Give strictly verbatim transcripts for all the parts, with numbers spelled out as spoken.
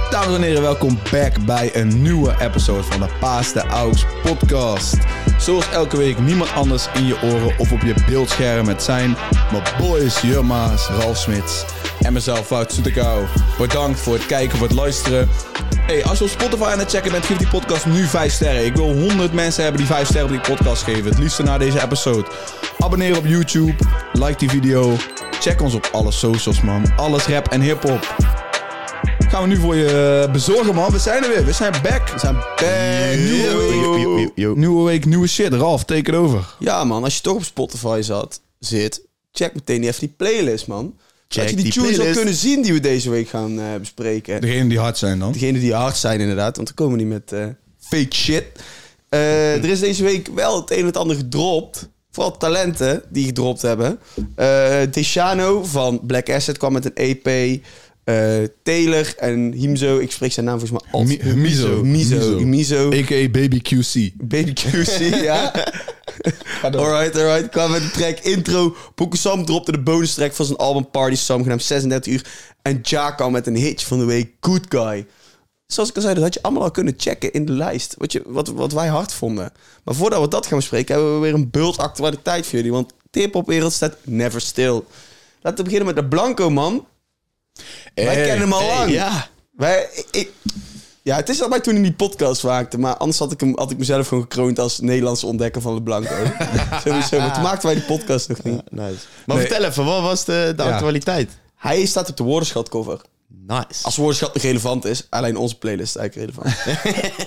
Dames en heren, welkom back bij een nieuwe episode van de Paas de Aux podcast. Zoals elke week niemand anders in je oren of op je beeldscherm. Het zijn mijn boys, Jurma's, Ralf Smits en mezelf, Wout Soetekau. Bedankt voor het kijken, voor het luisteren. Hey, als je op Spotify aan het checken bent, geef die podcast nu vijf sterren. Ik wil honderd mensen hebben die vijf sterren op die podcast geven. Het liefste na deze episode. Abonneer op YouTube, like die video. Check ons op alle socials, man. Alles rap en hiphop. Gaan we nu voor je bezorgen, man. We zijn er weer. We zijn back. We zijn back. Nieuwe week. Yo, yo, yo, yo. Nieuwe week, nieuwe shit. Ralf, take it over. Ja, man. Als je toch op Spotify zat, zit, check meteen even die playlist, man. Check dat je die, die tunes al playlist. kunnen zien die we deze week gaan uh, bespreken. Degene die hard zijn dan. Degene die hard zijn, inderdaad. Want we komen niet met uh, fake shit. Uh, er is deze week wel het een en het ander gedropt. Vooral talenten die gedropt hebben. Uh, Deshano van Black Asset kwam met een E P. Uh, Taylor en Himzo, ik spreek zijn naam volgens mij altijd. Mi- Mizo. Mizo. Mizo. A K A Baby Q C. Baby Q C, ja. Alright, alright. Kwam met de track intro. Pokusam dropte de bonus track van zijn album Party Sam, genaamd zesendertig uur. En Ja kwam met een hitje van de week, Good Guy. Zoals ik al zei, dat had je allemaal al kunnen checken in de lijst. Wat, je, wat, wat wij hard vonden. Maar voordat we dat gaan bespreken, hebben we weer een bult actualiteit voor jullie. Want de hip-hop-wereld staat never still. Laten we beginnen met de Blanco, man. Wij Hey, kennen hem al hey, lang. ja. Wij, ik, ik- ja, het is al mij toen hij die podcast maakte. Maar anders had ik, hem, had ik mezelf gewoon gekroond als Nederlandse ontdekker van de Blanco. Sowieso. Maar toen maakten wij die podcast nog niet. Ja, nice. Maar Nee. vertel even, wat was de, de Ja. actualiteit? Hij staat op de woordenschat cover. Nice. Als woordenschat nog relevant is. Alleen onze playlist is eigenlijk relevant.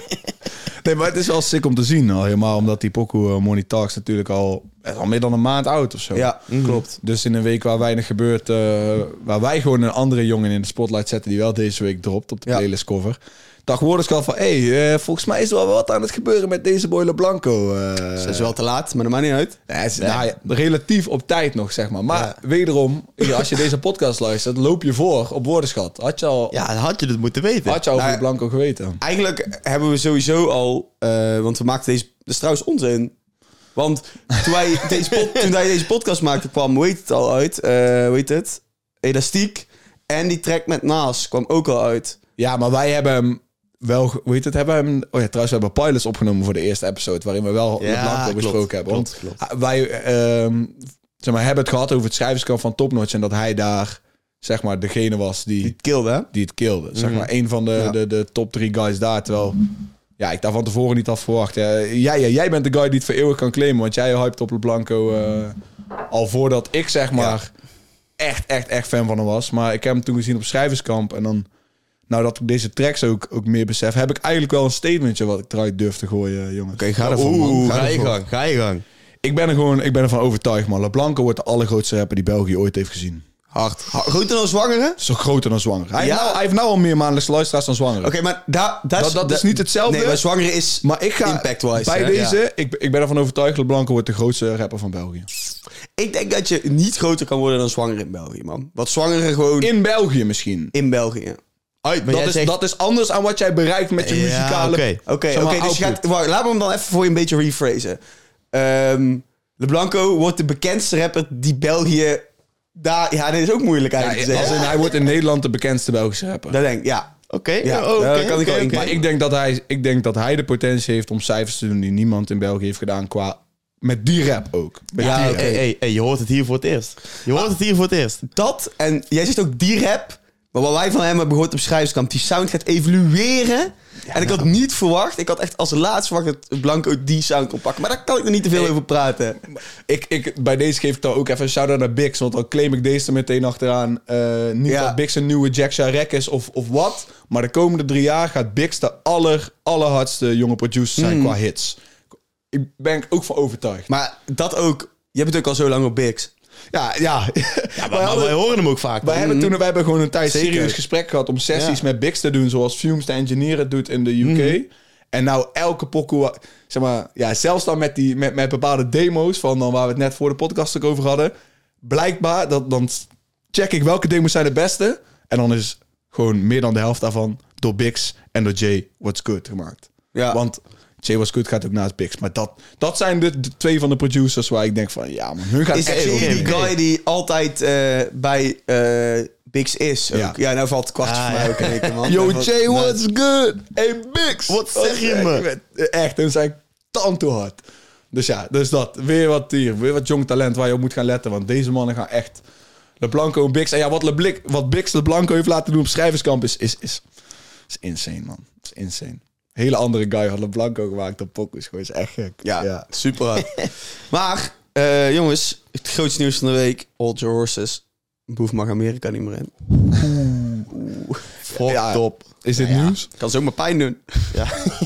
Nee, maar het is wel sick om te zien. Al helemaal omdat die pokoe uh, Money Talks natuurlijk al, is al meer dan een maand oud of zo. Ja, klopt. Dus in een week waar weinig gebeurt, uh, waar wij gewoon een andere jongen in de spotlight zetten die wel deze week dropt op de Ja. playlist cover. Dacht woordenschat van, hé, hey, uh, volgens mij is er wel wat aan het gebeuren met deze Boiler Blanco. Uh, Het is wel te laat, maar dat maakt niet uit. Ja, het is, nou ja, relatief op tijd nog, zeg maar. Maar Ja. wederom, ja, als je deze podcast luistert, loop je voor op woordenschat. Had je al, Ja, dan had je het moeten weten. had je al over Nou, de Blanco geweten? Eigenlijk hebben we sowieso al... Uh, want we maakten deze... Dat is trouwens onzin. Want toen wij deze, pod- toen wij deze podcast maakten, kwam, hoe heet het al uit? Uh, hoe heet het? Elastiek. En die track met Naas kwam ook al uit. Ja, maar wij hebben hem wel, ge- hoe heet het, hebben hem, oh ja, trouwens, we hebben pilots opgenomen voor de eerste episode, waarin we wel Ja, met Blanco klopt, besproken hebben. klopt, Want klopt. wij, ehm, zeg maar, hebben het gehad over het schrijverskamp van Top Notch en dat hij daar, zeg maar, degene was die, Die die, het killde, hè? het killde. Zeg maar, een van de, Ja. de, de top drie guys daar, terwijl, ja, ik daar van tevoren niet had verwacht. Ja, jij, ja, jij bent de guy die het voor eeuwig kan claimen, want jij hyped op Blanco uh, al voordat ik, zeg maar, echt, echt, echt fan van hem was. Maar ik heb hem toen gezien op schrijverskamp en dan... Nou, dat ik deze tracks ook, ook meer besef, heb ik eigenlijk wel een statementje wat ik eruit durf te gooien, jongens. Oké, ga ervoor, man. Oeh, Ga ga je ervoor. gang, ga je gang. Ik ben er gewoon, ik ben ervan overtuigd, man. LeBlanco wordt de allergrootste rapper die België ooit heeft gezien. Hard. Ha- Groter dan zwangere? Is toch groter dan Zwanger? Hij, Ja. heeft, nou, hij heeft nou al meer maandelijkse luisteraars dan Zwanger. Oké, maar da, da Dat- dat is niet hetzelfde. Nee, maar zwangere is Maar ik ga impact-wise. bij hè? deze, Ja. ik, ik ben ervan overtuigd, LeBlanco wordt de grootste rapper van België. Ik denk dat je niet groter kan worden dan zwangere in België, man. Wat zwangere gewoon in, In België misschien. België. Uit, maar Dat jij is, zegt... dat is anders aan wat jij bereikt met je Ja, muzikale... oké. Oké, zeg maar, oké, dus je output. gaat... Wacht, laten we hem dan even voor je een beetje rephrasen. Ehm LeBlanco wordt de bekendste rapper die België... Daar, ja, dit is ook moeilijk Ja, eigenlijk te als zeggen. in, hij wordt in Nederland de bekendste Belgische rapper. Dat denk ik, ja. Oké, Ja, oh, oké, daar kan ik oké, wel in. oké. Maar ik denk, dat hij, ik denk dat hij de potentie heeft om cijfers te doen die niemand in België heeft gedaan qua... Met die rap ook. Met Ja, die oké. rap. Hey, hey, hey, je hoort het hier voor het eerst. Je hoort het hier voor het eerst. Dat, en jij zegt ook die rap... Maar wat wij van hem hebben gehoord op schrijverskamp... Die sound gaat evolueren. en ik had niet verwacht... Ik had echt als laatste verwacht dat Blanco die sound kon pakken. Maar daar kan ik nog niet te veel Hey. over praten. Ik, ik, bij deze geef ik dan ook even een shout-out naar Bix. Want dan claim ik deze er meteen achteraan. Uh, niet Ja. dat Bix een nieuwe Jack Sharek is of, of wat. Maar de komende drie jaar gaat Bix de aller, allerhardste jonge producer zijn Mm. qua hits. Ik ben er ook van overtuigd. Maar dat ook... Je hebt het ook al zo lang op Bix. Ja, ja. Ja, maar, maar wij horen hem ook vaak. Wij hebben toen wij hebben gewoon een tijd Zeker. serieus gesprek gehad om sessies Ja. met Bix te doen, zoals Fumes de Engineer het doet in de U K. Mhm. En nou elke pokoe, zeg maar, ja, zelfs dan met die met, met bepaalde demo's van dan waar we het net voor de podcast ook over hadden, blijkbaar dat dan check ik welke demo's zijn de beste en dan is gewoon meer dan de helft daarvan door Bix en door Jay What's Good gemaakt. Ja. Want Jay What's Good gaat ook naast Bix, maar dat dat zijn de, de twee van de producers waar ik denk van ja man, hun gaat Is echt Jay zo die goed. guy die altijd eh, bij, eh, Bix is ook. Ja. Ja, nou valt het kwartje Ah, voor mij ja. ook in één keer, man. Yo, Dat Jay, was- what's good? Hey, Bix. Wat zeg je Echt, me? Echt, en zijn tand toe hard. Dus ja, dus dat. Weer wat hier. Weer wat jong talent waar je op moet gaan letten. Want deze mannen gaan echt... LeBlanco en Bix. En ja, wat, LeBlik, wat Bix LeBlanco heeft laten doen op schrijverskamp is, is, is, is insane, man. Is insane. Hele andere guy had LeBlanco gemaakt op Pokus. Gewoon is echt gek. Ja, super hard. Maar, uh, jongens, het grootste nieuws van de week. Hold your horses. Boef mag Amerika niet meer in. Fuck Ja. top. Is dit Ja, ja. nieuws? Kan zomaar pijn doen. Ja,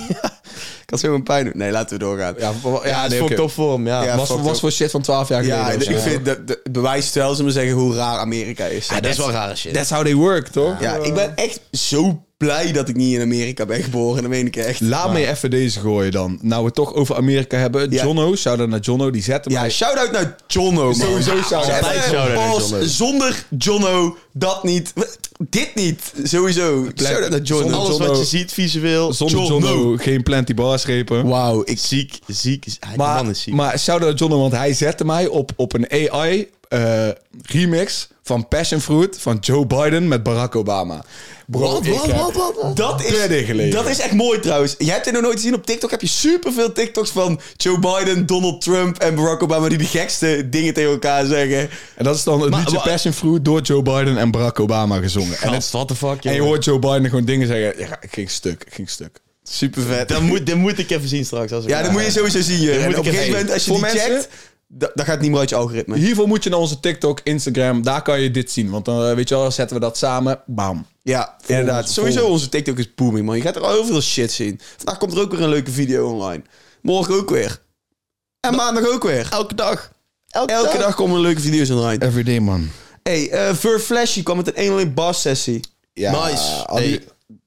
Kan zomaar pijn doen. Nee, laten we doorgaan. Ja, ja, ja, het nee, is oké. fucked op voor hem, ja. Ja, was, fucked was up. voor shit van twaalf jaar geleden. Ja, of ik zo. vind dat de, het bewijst wel, ze maar zeggen, hoe raar Amerika is. Ja, dat is wel rare shit. That's how they work, toch? Ja, ik ben echt zo blij dat ik niet in Amerika ben geboren. Dat meen ik echt. Laat me even deze gooien dan. Nou, we het toch over Amerika hebben. Ja. Jono, shout-out naar Jono, die zette Ja, mij... shout-out naar Jono, man. Sowieso shout-out. Ja, Altijd eh, shout-out naar Bos, Jono. Zonder Jono, dat niet. Dit niet. Sowieso. Shout-out naar Jono. Zonder Alles Jono- wat je ziet, visueel. Zonder Jono. Jono geen plenty bars repen. Wauw, ik... Ziek, ziek. Hij, die Maar, man is ziek. maar shout-out naar Jono, want hij zette mij op, op een A I eh, remix van Passion Fruit van Joe Biden met Barack Obama. Bro, Wat, ik wat, heb wat, wat, wat? Dat is, verder gelegen. dat is echt mooi trouwens. Jij hebt dit nog nooit gezien op TikTok. Heb je superveel TikToks van Joe Biden, Donald Trump en Barack Obama die de gekste dingen tegen elkaar zeggen. En dat is dan het Maar- liedje maar- Passion Fruit door Joe Biden en Barack Obama gezongen. En, het, Gast, what the fuck, en je jongen. hoort Joe Biden gewoon dingen zeggen. Ja, ik ging stuk, ik ging stuk. Super vet. Dat moet, dat moet ik even zien straks. Als ik Ja, dat moet je sowieso zien. Je. moet En ik op een even- gegeven moment, als je Voor die mensen- checkt, da- dan gaat het niet meer uit je algoritme. Hiervoor moet je naar onze TikTok, Instagram. Daar kan je dit zien. Want dan, eh, weet je wel, zetten we dat samen. Bam. Ja, inderdaad. ons, Sowieso vol. onze TikTok is booming, man. Je gaat er al heel veel shit zien. Vandaag komt er ook weer een leuke video online. Morgen ook weer. En maandag ook weer. Elke dag. Elke, Elke dag komen er leuke video's online. Everyday, man. Hey, uh, Ver Flashy kwam met een één op één bar sessie. Ja, Nice. al die- Hey.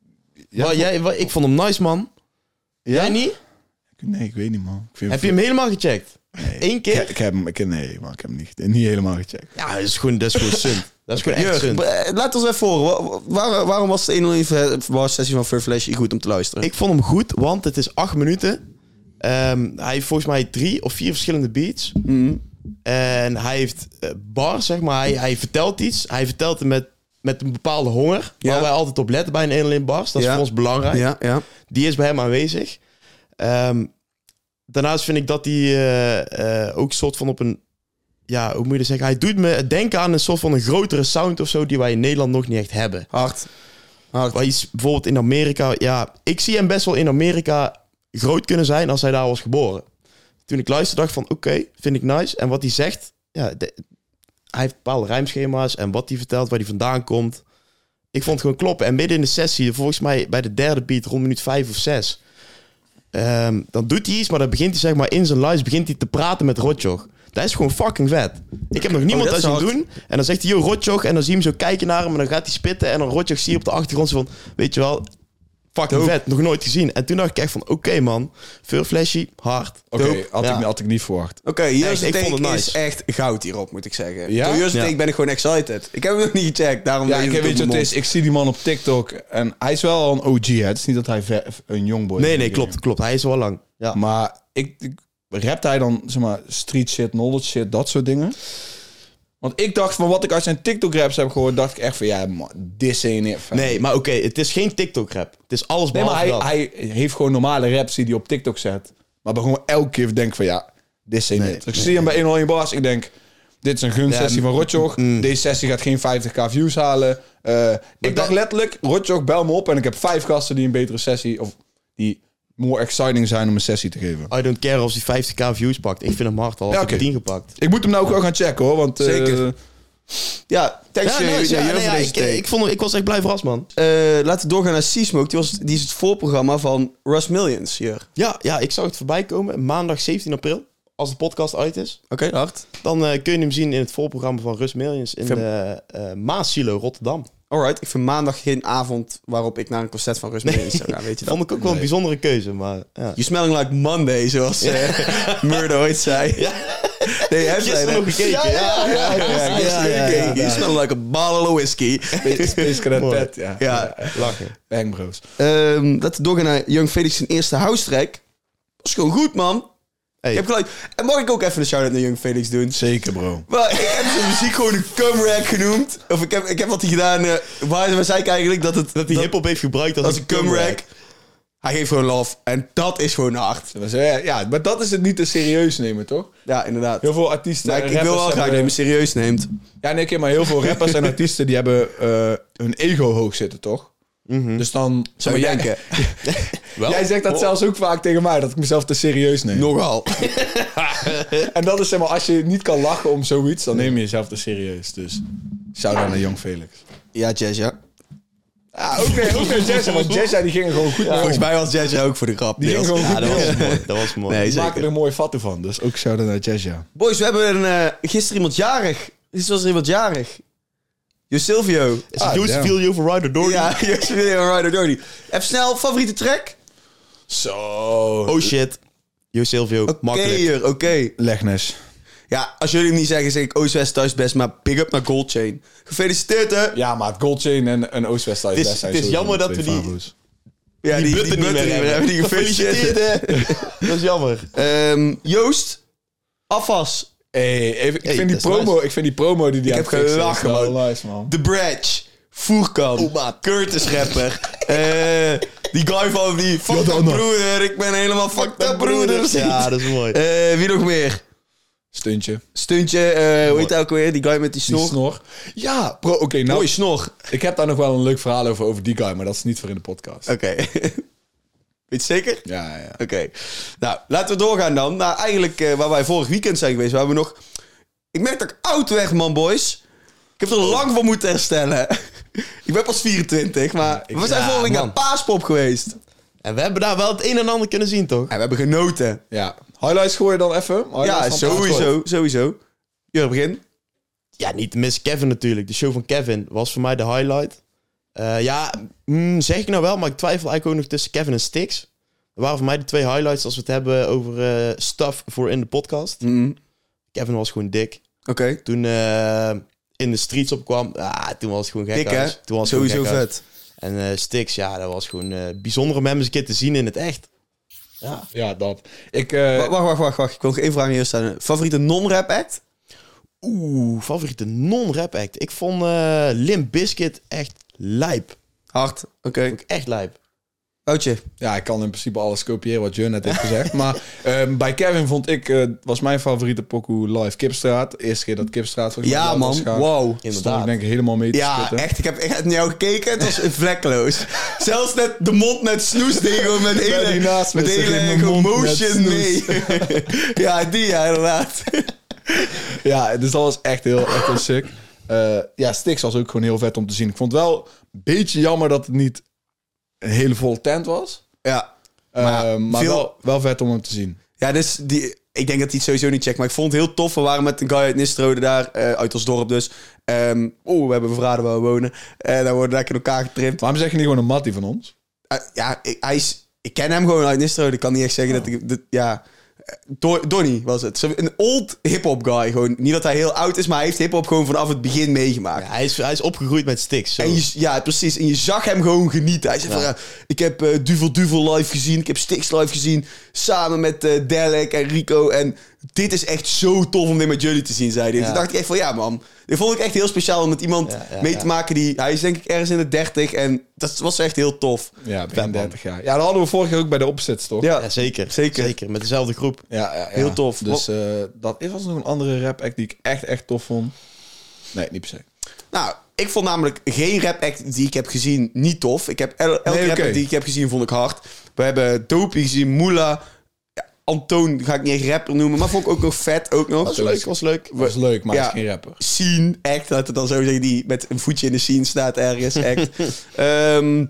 Wel, jij, wel, ik vond hem nice, man. Jij niet? Nee, ik weet niet, man. Ik vind Heb je hem helemaal gecheckt? Eén Ik, keer? ik heb hem, ik, nee, man, ik heb hem niet, niet helemaal gecheckt. Ja, dat is gewoon, dat is gewoon sunt. Dat is gewoon echt Jurg, sunt. eh, laat ons even horen. Wa- waar- waarom was de één op één bar sessie van Ver Flashy goed om te luisteren? Ik vond hem goed, want het is acht minuten. Ehm, hij heeft volgens mij drie of vier verschillende beats. Mhm. En hij heeft eh, bars, zeg maar. Hij, hij vertelt iets. Hij vertelt het met, met een bepaalde honger. Ja. Waar wij altijd op letten bij een één op één bars. Dat is Ja. voor ons belangrijk. Ja, ja. Die is bij hem aanwezig. Ehm, daarnaast vind ik dat hij eh, eh, ook soort van op een... Ja, hoe moet je dat zeggen? Hij doet me denken aan een soort van een grotere sound of zo... die wij in Nederland nog niet echt hebben. Hard. Hard. Waar iets bijvoorbeeld in Amerika... Ja, ik zie hem best wel in Amerika groot kunnen zijn als hij daar was geboren. Toen ik luisterde dacht van oké, vind ik nice. En wat hij zegt... Ja, de- hij heeft bepaalde rijmschema's en wat hij vertelt, waar hij vandaan komt. Ik vond het gewoon kloppen. En midden in de sessie, volgens mij bij de derde beat, rond minuut vijf of zes... Ehm, dan doet hij iets, maar dan begint hij zeg maar in zijn lives begint hij te praten met Rotjoch. Dat is gewoon fucking vet. Ik heb nog niemand dat dat is zien hard. doen. En dan zegt hij, yo, Rotjoch. En dan zie je hem zo kijken naar hem en dan gaat hij spitten. En dan Rotjoch zie je op de achtergrond zo van, weet je wel, fucking Dope. vet. Nog nooit gezien. En toen dacht ik echt van, oké man, Veel Flashy, hard. Oké, Dope. had, Ja. ik, had ik niet verwacht. Oké, hier Echt, is de ik vond take het is nice. echt goud hierop, moet ik zeggen. Ja? Door Jur's Ja. take ben ik gewoon excited. Ik heb hem nog niet gecheckt, daarom Ja, weet ik het weet op je wat mijn het is. Ik zie die man op TikTok en hij is wel al een O G. Hè. Het is niet dat hij ver- een young boy is. Nee, nee, klopt, klopt. Hij is wel lang. Ja. Maar ik, ik rapt hij dan, zeg maar, street shit, knowledge shit, dat soort dingen? Want ik dacht van wat ik uit zijn TikTok raps heb gehoord, dacht ik echt van ja, man, this ain't it. fam. Nee, maar oké, het is geen TikTok-rap. Het is alles Nee, maar behalve hij, dat. hij heeft gewoon normale raps die hij op TikTok zet. Maar dan gewoon elke keer denk van ja, this ain't Nee, it. Dus ik zie hem bij één op één bars. Ik denk, dit is een gunsessie Ja, van Rotjoch. mm. Deze sessie gaat geen vijftig k views halen. Uh, ik dacht letterlijk, Rotjoch, bel me op. En ik heb vijf gasten die een betere sessie, of die more exciting zijn om een sessie te geven. I don't care als hij vijftig k views pakt. Ik vind hem hard al. Had Ja, ik oké. tien gepakt. Ik moet hem nou ook wel gaan checken hoor. Want, eh, Zeker. Ja, thanks Ja, ja, nice, ja, naar Jur nee, voor ja, deze ik, take. ik, vond, hem- ik was echt blij verrast, man. Eh, laten we doorgaan naar Seasmoke. Die, was, die is het voorprogramma van Russ Millions hier. Ja, ja, ik zag het voorbij komen. Maandag zeventien april, als de podcast uit is. Oké, hard. Dan eh, kun je hem zien in het voorprogramma van Rus Millions in Vind- de uh, Maasilo Rotterdam. Alright, ik vind maandag geen avond waarop ik naar een concert van Russ Millions zou gaan, weet je Dat dat? vond ik ook wel een bijzondere keuze, maar ja. You smelling like Monday, zoals uh, Murder ooit zei. Nee, hij zei Gisteren dat. nog gekeken. Ja, ja, ja. ja, ja, gisteren ja, ja, gekeken. ja. You smelling like a bottle of whiskey. Space Cadet Mooi. Pet, ja. Ja. Lachen. Bang bros. Ehm, laten we doorgaan naar Young Felix zijn eerste house track. Was gewoon goed, man. Hey. Ik heb gelijk. En mag ik ook even een shout-out naar Young Felix doen? Zeker, bro. Maar ik heb zijn muziek gewoon een cumrack genoemd. Of ik heb, ik heb wat hij gedaan. Uh, waar, waar zei ik eigenlijk dat het... Dat hij hip-hop heeft gebruikt als, als een cumrack. Hij geeft gewoon love. En dat is gewoon hard. Ja, maar dat is het niet te serieus nemen, toch? Ja, inderdaad. Heel veel artiesten Maar en ik, ik wil wel rappers graag dat je me hebben... serieus neemt. Ja, nee, oké, maar heel veel rappers en artiesten die hebben uh, hun ego hoog zitten, toch? Mm-hmm. Dus dan... Zou je jij, denken. Wel? Jij zegt dat Oh. zelfs ook vaak tegen mij, dat ik mezelf te serieus neem. Nogal. En dat is zeg maar, als je niet kan lachen om zoiets, dan neem je jezelf te serieus. Dus shout-out naar Young Felix. Ja, Jazz, ja. Ja, ook weer, ook weer Jazz, want Jazz die ging er gewoon goed mee Volgens om. mij was Jazz ook voor de grap. Die ging gewoon Ja, goed dat mee was om. mooi. Dat was mooi. Nee, Die zeker. maken er een mooie fatto van. Dus ook shout-out naar Jazz, ja. Boys, we hebben een, uh, gisteren iemand jarig. Gisteren was er iemand jarig. Jo Silvio. Is Ah, het Joost damn. viel je over Rider Dory? Ja, Jo Silvio Rider Dory. Even snel, favoriete track? Zo. Oh shit. Jo Silvio, Oké, makkelijk. hier, oké. Legnes. Ja, als jullie hem niet zeggen, zeg ik Oost-West thuis best, maar big up naar Gold Chain. Gefeliciteerd, hè? Ja, maar het Gold Chain en, en Oost-West Het is- West zijn het is sowieso jammer dat twee we die- favo's. Ja, Die butten niet meer hebben. Die gefeliciteerd. Gefeliciteerd, hè. Dat is jammer. Ehm, Joost, afwas. Hey, even, ik, Hey, vind die dat is promo, nice. ik vind die promo die die Ik aan heb het fixen is gelachen, wel man. nice, man. The Bradge. Voerkan. Oh, maat. Curtis rapper. Eh, die guy van die fucked Ja, up dan. broeder. Ik ben helemaal fucked up broeder. Ja, dat is mooi. Eh, wie nog meer? Stuntje. Stuntje, eh, hoe heet hij ook weer? Die guy met die Die snor. snor. Ja, bro, oké, nou, Mooi snor. ik heb daar nog wel een leuk verhaal over, over die guy, maar dat is niet voor in de podcast. Oké. Weet je zeker? Ja, ja. Oké. Nou, laten we doorgaan dan. Nou, eigenlijk uh, waar wij vorig weekend zijn geweest, waar we nog... Ik merk dat ik oud werd, man, boys. Ik heb er lang van moeten herstellen. Ik ben pas vierentwintig, maar ik- we zijn ja, vorige week man. naar Paaspop geweest. En we hebben daar wel het een en ander kunnen zien, toch? En we hebben genoten. Ja. Highlights gooi je dan even? Ja, Highlights van sowieso, sowieso. Jurre, begin. Ja, niet Miss Kevin natuurlijk. De show van Kevin was voor mij de highlight. Uh, ja, mm, zeg ik nou wel, maar ik twijfel eigenlijk ook nog tussen Kevin en Styx. Dat waren voor mij de twee highlights als we het hebben over uh, stuff voor in de podcast. Mm. Kevin was gewoon dik. Oké. Okay. Toen uh, in de streets opkwam, ah, toen was het gewoon gek. Dik, hè? Toen was het sowieso vet. vet. En uh, Styx, ja, dat was gewoon uh, bijzonder om hem eens een keer te zien in het echt. Ja, Ja, dat. Ik, uh, wacht, wacht, wacht, wacht. Ik wil nog één vraag aan je stellen. Favoriete non-rap act? Oeh, favoriete non-rap act. Ik vond uh, Limp Bizkit echt lijp. Hard. Oké. Okay. Echt lijp. Oudje. Ja, ik kan in principe alles kopiëren wat Jur net heeft gezegd. Maar um, bij Kevin vond ik, uh, was mijn favoriete pokoe live Kipstraat. De eerste keer dat Kipstraat volgens mij Ja, live was man. gegaan. Wow. Stond ik Inderdaad. denk ik helemaal mee te Ja, spitten. echt. Ik heb echt naar jou gekeken. Het was vlekkeloos. Zelfs net de mond net snoes deed gewoon met Ja, hele, die naast me met zegt, hele in mijn mond motion net mee. Ja, die ja, inderdaad. Ja, dus dat was echt heel, echt heel sick. Uh, ja, Styx was ook gewoon heel vet om te zien. Ik vond het wel een beetje jammer dat het niet een hele volle tent was. Ja. Uh, Maar, maar veel- wel, wel vet om hem te zien. Ja, dus die, ik denk dat hij het sowieso niet checkt. Maar ik vond het heel tof. We waren met een guy uit Nistrode daar. Uh, uit ons dorp dus. Um, Oeh, we hebben verraden waar we wonen. En dan worden daar in elkaar getrimd. Waarom zeg je niet gewoon een mattie van ons? Uh, ja, ik, hij is, ik ken hem gewoon uit Nistrode. Ik kan niet echt zeggen Oh. dat ik... Dat, ja, Do- Donnie was het. Zo- Een old hip-hop guy. Gewoon, niet dat hij heel oud is, maar hij heeft hip-hop gewoon vanaf het begin meegemaakt. Ja, hij, is, hij is opgegroeid met Styx. Zo. En je, ja, precies. En je zag hem gewoon genieten. Hij zei van, Ja. ja, ik heb uh, Duvel Duvel live gezien. Ik heb Styx live gezien. Samen met uh, Delek en Rico. En dit is echt zo tof om dit met jullie te zien, zei hij. En Ja. toen dacht ik echt van, ja man. Dit vond ik echt heel speciaal om met iemand Ja, ja, mee ja. te maken die... Hij is denk ik ergens in de dertig. En dat was echt heel tof. Ja, Vet, begin man. dertig jaar. Ja, dat hadden we vorig jaar ook bij de opzets, toch? Ja, Ja, zeker. Zeker. Zeker. Met dezelfde groep. Ja, ja, ja. Heel tof. Dus uh, dat was nog een andere rap act die ik echt, echt tof vond. Nee, niet per se. Nou, ik vond namelijk geen rap act die ik heb gezien niet tof. Ik heb el- elke Nee, rap oké. act die ik heb gezien vond ik hard. We hebben Dopey gezien, Moela. Ja, Antoon ga ik niet echt rapper noemen, maar vond ik ook nog vet. Ook nog. Was leuk, was leuk. Was leuk, maar Ja. hij is geen rapper. Scene, act, laten we dan zo zeggen, die met een voetje in de scene staat ergens, act. Ehm,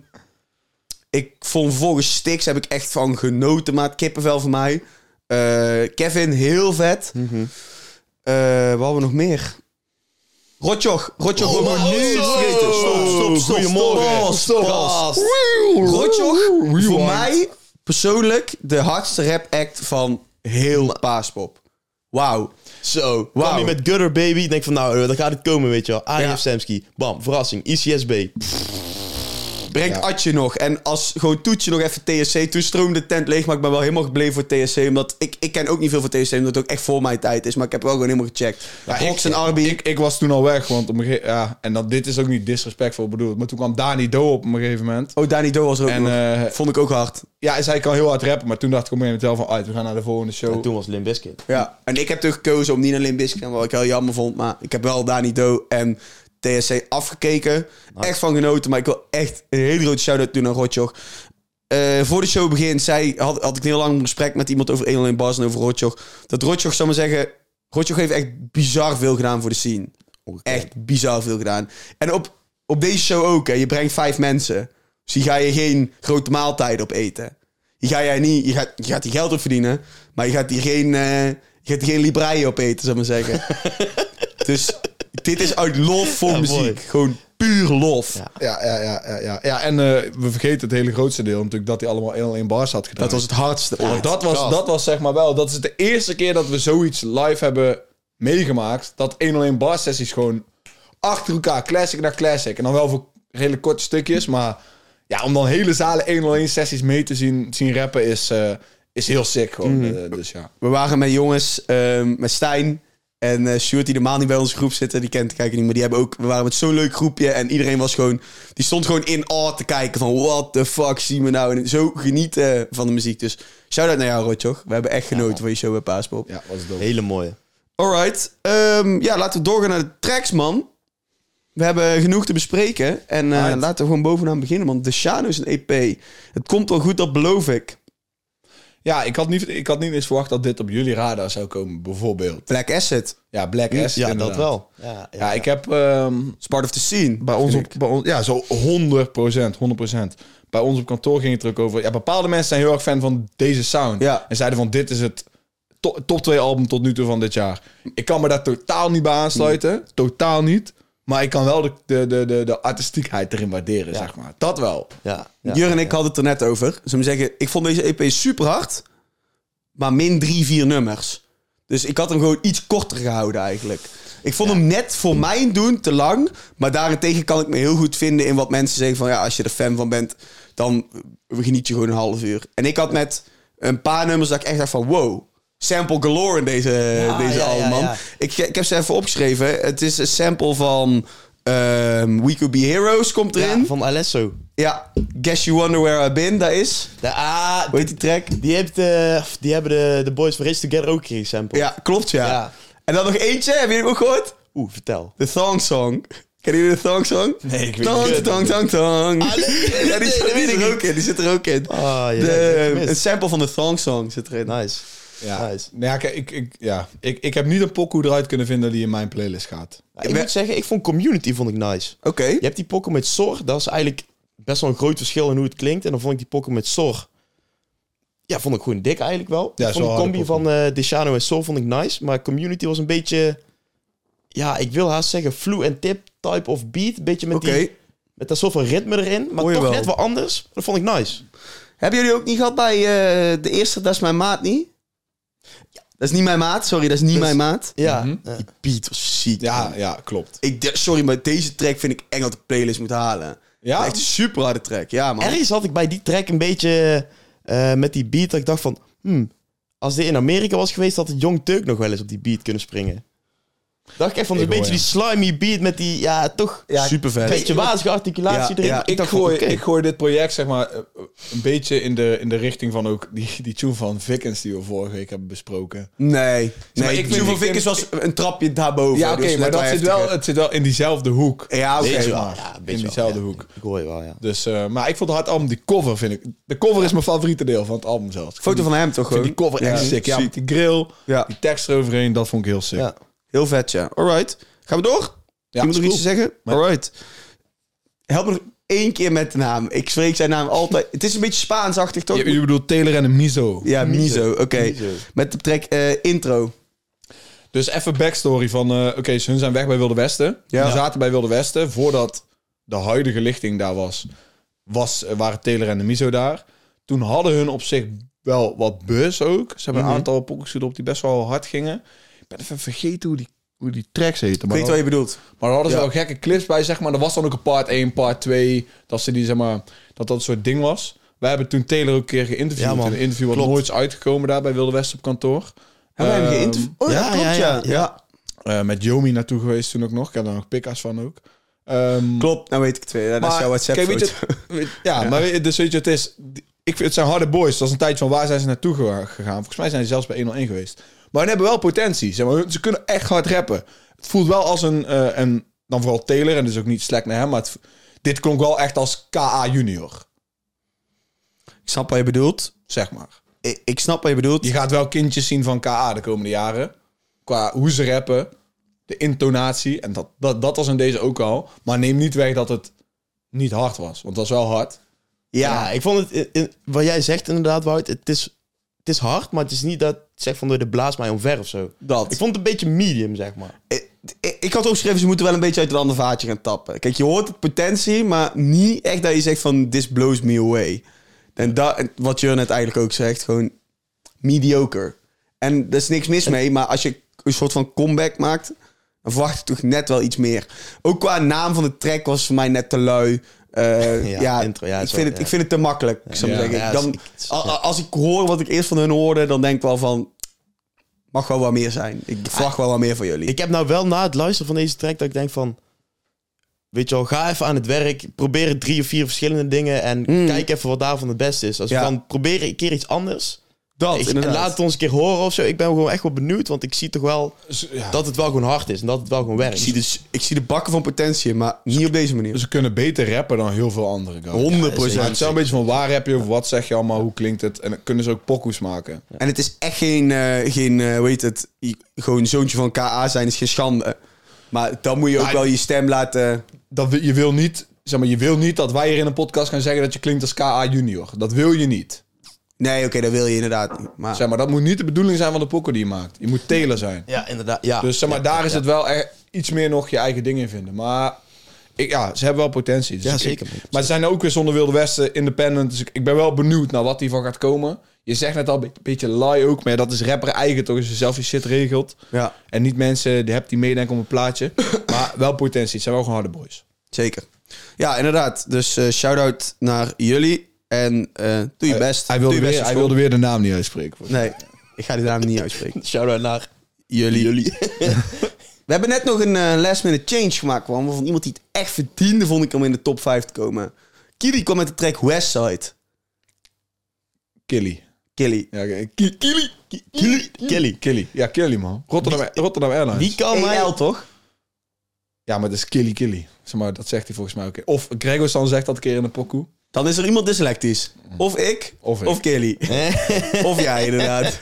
ik vond volgens Styx heb ik echt van genoten, maat. Kippenvel voor mij. Eh, Kevin, heel vet. Mm-hmm. Eh, wat hadden we nog meer? Rotjoch. Rotjoch, Oh, oh, oh, niet oh, vergeten. Stop, stop, stop. Goedemorgen. Stop, stop. Gast. Rotjoch, voor mij persoonlijk de hardste rap act van heel Paaspop. Wauw. Zo, kwam Wauw. je met Gutter Baby. Denk van, nou, uh, dan gaat het komen, weet je wel. A F Ja. Samsky. Bam, verrassing. I C S B. brengt Ja. Atje nog. En als gewoon Toetje nog even T S C. Toen stroomde de tent leeg, maar ik ben wel helemaal gebleven voor T S C. Omdat ik, ik ken ook niet veel voor T S C, omdat het ook echt voor mijn tijd is. Maar ik heb wel gewoon helemaal gecheckt. Ja, Box ik, en Arby. Ik, ik was toen al weg, want op een gegeven ja, en dat, dit is ook niet disrespectvol bedoeld. Maar toen kwam Dani Do op een gegeven moment. Oh, Danny Do was er ook En nog. eh, Vond ik ook hard. ja, zij kan heel hard rappen, maar toen dacht ik op een gegeven moment wel van, uit, we gaan naar de volgende show. En toen was Limp Bizkit. Ja. En ik heb toen gekozen om niet naar Limp Bizkit te gaan, wat ik heel jammer vond. Maar ik heb wel Danny Do en T S C afgekeken. Echt van genoten, maar ik wil echt een hele grote shout-out doen aan Rotjoch. Uh, voor de show begint, zei, had, had ik een heel lang gesprek met iemand over één Bars en over Rotjoch. Dat Rotjoch, zal maar zeggen, Rotjoch heeft echt bizar veel gedaan voor de scene. Echt bizar veel gedaan. En op, op deze show ook, hè. Je brengt vijf mensen. Dus hier ga je geen grote maaltijden op eten. Hier ga jij niet, je gaat, je gaat hier geld op verdienen, maar je gaat hier geen, uh, je gaat hier geen libreien op eten, zal ik maar zeggen. Dus dit is uit lof voor Ja, muziek. mooi. Gewoon puur lof. Ja. Ja, ja, ja, ja, ja. ja en uh, we vergeten het hele grootste deel natuurlijk dat hij allemaal één op één bars had gedaan. Dat was het hardste Ja, ooit. dat, was, dat was zeg maar wel, dat is de eerste keer dat we zoiets live hebben meegemaakt. Dat één op één bar sessies gewoon achter elkaar, classic naar classic. En dan wel voor redelijk korte stukjes, maar ja, om dan hele zalen één op één sessies mee te zien, zien rappen is, uh, is heel sick gewoon. Mm. Uh, dus ja. We waren met jongens, um, met Stijn en uh, Sjoerd, die normaal niet bij onze groep zitten. Die kent kijken niet, maar die hebben ook... We waren met zo'n leuk groepje en iedereen was gewoon... Die stond gewoon in awe te kijken van... What the fuck, zien we nou? En zo genieten van de muziek. Dus shout-out naar jou, Rotjoch. We hebben echt genoten Ja, van je show bij Paaspop. Ja, was dope. Hele mooie. Alright. Um, ja, laten we doorgaan naar de tracks, man. We hebben genoeg te bespreken. En uh, Right. laten we gewoon bovenaan beginnen, man. De Shano is een E P. Het komt wel goed, dat beloof ik. Ja, ik had, niet, ik had niet eens verwacht dat dit op jullie radar zou komen, bijvoorbeeld. Black Asset. Ja, Black Asset Ja, inderdaad. dat wel. Ja, ja, Ja, ik heb... Um, It's part of the scene. bij ons op, vind ik. bij ons, ja, zo honderd procent, honderd procent. Bij ons op kantoor ging het er ook over. Ja, bepaalde mensen zijn heel erg fan van deze sound. Ja. En zeiden van, dit is het to- top twee album tot nu toe van dit jaar. Ik kan me daar totaal niet bij aansluiten. Totaal niet. Maar ik kan wel de, de, de, de, de artistiekheid erin waarderen, Ja. zeg maar. Dat wel. Ja, ja, Jur en ik ja. hadden het er net over. Zullen we zeggen, ik vond deze E P super hard. Maar min drie, vier nummers. Dus ik had hem gewoon iets korter gehouden eigenlijk. Ik vond hem net voor mijn doen te lang. Maar daarentegen kan ik me heel goed vinden in wat mensen zeggen van... Ja, als je er fan van bent, dan geniet je gewoon een half uur. En ik had met een paar nummers dat ik echt dacht van... Wow, sample galore in deze, Ja, deze ja, album, ja, man. ja. Ik, ik heb ze even opgeschreven. Het is een sample van... ehm, We Could Be Heroes komt erin. Ja, van Alesso. Ja, Guess You Wonder Where I've Been, dat is. De, ah, Hoe heet die track? die, heeft, eh, die hebben de, de Boys van Race Together ook gesampled. Ja, klopt, ja. Ja. En dan nog eentje, heb je hem ook gehoord? Oeh, vertel. De Thong Song. Kennen jullie de Thong Song? Nee, ik weet Tong, niet. tong, tong, tong. Ah, nee. Ja, die, Nee, zit- dat die weet zit ik er ook in. Die zit er ook in. Ah, ja, de, dat heb ik gemist. een sample van de Thong Song zit erin. Nice. Ja, Nice. nou ja, kijk, ik, ik, ja. Ik, ik heb niet een pokoe eruit kunnen vinden die in mijn playlist gaat. Ja, ik moet zeggen, ik vond Community vond ik nice. Oké. Je hebt die pokken met Sor, dat is eigenlijk best wel een groot verschil in hoe het klinkt. En dan vond ik die pokken met Sor, ja, vond ik gewoon dik eigenlijk wel. Ja, ik zo vond de harde combi pokken. van uh, Deshano en Sor vond ik nice. Maar Community was een beetje, ja, ik wil haast zeggen flu en tip type of beat. Een beetje met, Oké. die, met dat soort van ritme erin. Maar Hoor je toch wel. net wat anders. Dat vond ik nice. Hebben jullie ook niet gehad bij eh, de eerste Dat Is Mijn Maat niet? Dat is niet mijn maat, sorry, dat is niet Dus- mijn maat. Ja. Mhm. Ja. Die beat was ziek. Ja, man. ja, klopt. Ik, de- sorry, maar deze track vind ik eng dat de playlist moet halen. Ja? Echt een super harde track, ja man. Ergens had ik bij die track een beetje eh, met die beat dat ik dacht van, hmm, als dit in Amerika was geweest, had het Young Turk nog wel eens op die beat kunnen springen. Dacht ik echt van Ik een hoor beetje je. die slimy beat met die, ja, toch Ja, super vet. een beetje wazige articulatie Ja, erin. ja. ik Ik dacht van, gooi, oké. ik gooi dit project, zeg maar, eh, een beetje in de, in de richting van ook die, die tune van Vickens die we vorige week hebben besproken. Nee, maar nee. ik Ik vind- vind, van ik Vickers vind- was een trapje daarboven. Ja, oké, dus maar net dat wel zit wel, heftiger. het zit wel in diezelfde hoek. Ja, oké. Beetje wel, maar. ja, een In beetje wel, diezelfde ja. hoek. Ik hoor je wel, ja. Dus, uh, maar ik vond het hard album, die cover vind ik... De cover is mijn favoriete deel van het album zelfs. Ik Foto vind van hem toch die, gewoon? vind die cover echt Ja, sick. Ja, ziek. met die grill, Ja, die tekst eroverheen, dat vond ik heel sick. ja. heel vet, ja. Alright. Gaan we door? Ja, Iemand nog is iets te zeggen? Nee. Alright. Help me nog één keer met de naam. Ik spreek zijn naam altijd... Het is een beetje Spaansachtig, toch? Je, je bedoelt Taylor en de Mizo. Ja, Mizo. Oké. Mizo. Met de track eh, intro. Dus even backstory van... uh, Oké, okay, hun zijn weg bij Wilde Westen. Ja. Die zaten bij Wilde Westen. Voordat de huidige lichting daar was, was uh, waren Taylor en de Mizo daar. Toen hadden hun op zich wel wat buzz ook. Ze hebben Mhm. een aantal pokkers op die best wel hard gingen. Ik ben even vergeten hoe die hoe die tracks heten. Ik Maar weet dan, wat je bedoelt. maar dan hadden ze Ja. wel gekke clips bij, zeg maar. Er was dan ook een part één, part twee. Dat ze die, zeg maar, dat dat een soort ding was. Wij hebben toen Taylor ook een keer geïnterviewd. Ja, man. in een interview wat Klopt. nooit is uitgekomen daar bij Wilde West op kantoor. En wij hebben Ehm, geïnterviewd. Oh, ja, ja, klopt, ja, ja. ja. ja. Uh, met Yomi naartoe geweest toen ook nog. Ik heb daar nog picka's van ook. Um, Klopt, nou weet ik het weer. Ja, dat is jouw WhatsApp kijk, weet je, weet- ja, ja, maar weet je, dus weet je, het is... Ik vind, het zijn harde boys. Dat is een tijdje van waar zijn ze naartoe ge- gegaan. Volgens mij zijn ze zelfs bij honderdéén geweest. Maar ze hebben wel potentie. Zeg maar, ze kunnen echt hard rappen. Het voelt wel als een... Uh, een dan vooral Taylor. En dus ook niet slecht naar hem. Maar het, dit klonk wel echt als K A junior. Ik snap wat je bedoelt. Zeg maar. Ik, ik snap wat je bedoelt. Je gaat wel kindjes zien van K A de komende jaren. Qua hoe ze rappen. De intonatie. En dat, dat, dat was in deze ook al. Maar neem niet weg dat het niet hard was. Want het was wel hard. Ja, Ja, ik vond het, in- in- wat jij zegt inderdaad, Wout, het is, het is hard, maar het is niet dat het zegt van door de blaas mij omver of zo. dat. Ik vond het een beetje medium, zeg maar. Ik, ik, ik had ook geschreven, ze moeten wel een beetje uit het andere vaatje gaan tappen. Kijk, je hoort het potentie, maar niet echt dat je zegt van, this blows me away. En dat, en wat Jur net eigenlijk ook zegt, gewoon mediocre. En er is niks mis mee, maar als je een soort van comeback maakt, dan verwacht ik toch net wel iets meer. Ook qua naam van de track was voor mij net te lui. Uh, ja, Ja, intro, ja, ik, zo, vind het, ja. ik vind het te makkelijk. Ik zou maar Ja. zeggen. Ja, Dan, het is- a- a- ja. als ik hoor wat ik eerst van hun hoorde, dan denk ik wel van, mag wel wat meer zijn. Ik verwacht wel wat meer van jullie. Ik heb nou wel na het luisteren van deze track dat ik denk van... Weet je wel, ga even aan het werk. Probeer drie of vier verschillende dingen. En Mm. kijk even wat daarvan het beste is. Als Ja. je van probeer een keer iets anders. dat, Ik- en inderdaad. laat het ons een keer horen of zo. Ik ben gewoon echt wel benieuwd. Want ik zie toch wel Ja. dat het wel gewoon hard is. En dat het wel gewoon werkt. Ik zie, dus, ik zie de bakken van potentie, maar niet op deze manier. Ze kunnen beter rappen dan heel veel andere guys. honderd Maar procent. het is wel een beetje van waar rap je over, wat zeg je allemaal, hoe klinkt het. En dan kunnen ze ook pokoes maken. En het is echt geen, eh, geen eh, hoe heet het, i- gewoon zoontje van K A zijn is geen schande. Maar dan moet je ook Maar- wel je stem laten... Dat, wil- je, wil niet, zeg maar, je wil niet dat wij hier in een podcast gaan zeggen dat je klinkt als K A junior. Dat wil je niet. Nee, oké, dat wil je inderdaad niet. Maar Zeg maar, dat moet niet de bedoeling zijn van de pokoe die je maakt. Je moet Taylor zijn. Ja, inderdaad. Ja. Dus zeg maar, Ja, daar is ja. het wel echt iets meer nog je eigen ding in vinden. Maar ik, ja, ze hebben wel potentie. Dus Ja, ik- zeker. ik- maar ze zijn ook weer zonder Wilde Westen independent. Dus ik, ik ben wel benieuwd naar wat hiervan gaat komen. Je zegt net al een be- beetje lie ook. Maar ja, dat is rapper eigen toch, als je zelf je shit regelt. ja, En niet mensen die hebt die meedenken om een plaatje. Maar wel potentie. Het zijn wel gewoon harde boys. zeker. Ja, inderdaad. Dus eh shout-out naar jullie. En eh, doe je best. Hij wilde, Doe je weer, best hij op wilde weer de naam niet uitspreken. Nee, ik ga die naam niet uitspreken. Shout-out naar Jullie. jullie. We hebben net nog een eh, last minute change gemaakt, man. Van iemand die het echt verdiende, vond ik om in de top vijf te komen. Kili kwam met de track Westside. Killy. Killy. Ja, oké. Ki- Killy. Ki- Killy. Killy. Killy. Ja, Killy, man. Rotterdam, Rotterdam Airlines. Wie kan mij... E L, toch? Ja, maar dat is Killy Killy. Zeg maar, dat zegt hij volgens mij ook. Of Gregor San zegt dat een keer in een pokoe. Dan is er iemand dyslectisch. Of ik, Of ik. of Kelly. Of jij, inderdaad.